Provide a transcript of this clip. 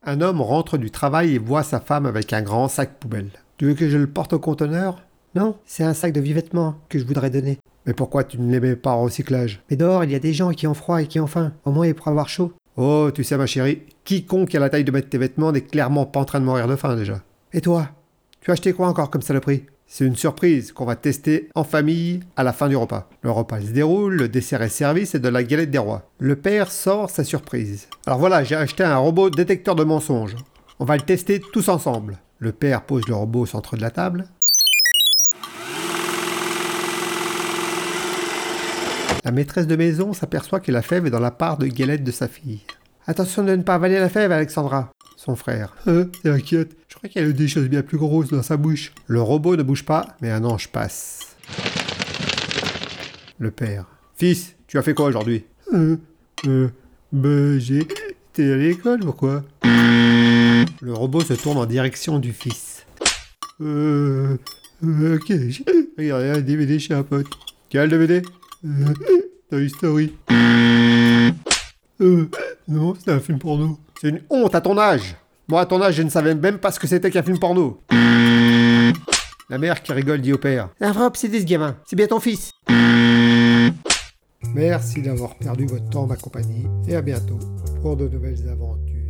Un homme rentre du travail et voit sa femme avec un grand sac poubelle. Tu veux que je le porte au conteneur? Non, c'est un sac de vêtements que je voudrais donner. Mais pourquoi tu ne les mets pas en recyclage? Mais dehors, il y a des gens qui ont froid et qui ont faim. Au moins, ils pourraient avoir chaud. Oh, tu sais ma chérie, quiconque a la taille de mettre tes vêtements n'est clairement pas en train de mourir de faim déjà. Et toi? Tu as acheté quoi encore comme saloperie? C'est une surprise qu'on va tester en famille à la fin du repas. Le repas se déroule, le dessert est servi, c'est de la galette des rois. Le père sort sa surprise. Alors voilà, j'ai acheté un robot détecteur de mensonges. On va le tester tous ensemble. Le père pose le robot au centre de la table. La maîtresse de maison s'aperçoit que la fève est dans la part de galette de sa fille. Attention de ne pas avaler la fève, Alexandra. Son frère. T'inquiète, je crois qu'il y a des choses bien plus grosses dans sa bouche. Le robot ne bouge pas, mais un ange passe. Le père. Fils, tu as fait quoi aujourd'hui? T'es à l'école, pourquoi? Le robot se tourne en direction du fils. Ok, j'ai regardé un DVD chez un pote. Quel DVD? Toy Story. Non, c'est un film porno. C'est une honte à ton âge. Moi, à ton âge, je ne savais même pas ce que c'était qu'un film porno. La mère qui rigole dit au père. Un vrai obsédé ce gamin. C'est bien ton fils. Merci d'avoir perdu votre temps, ma compagnie, et à bientôt pour de nouvelles aventures.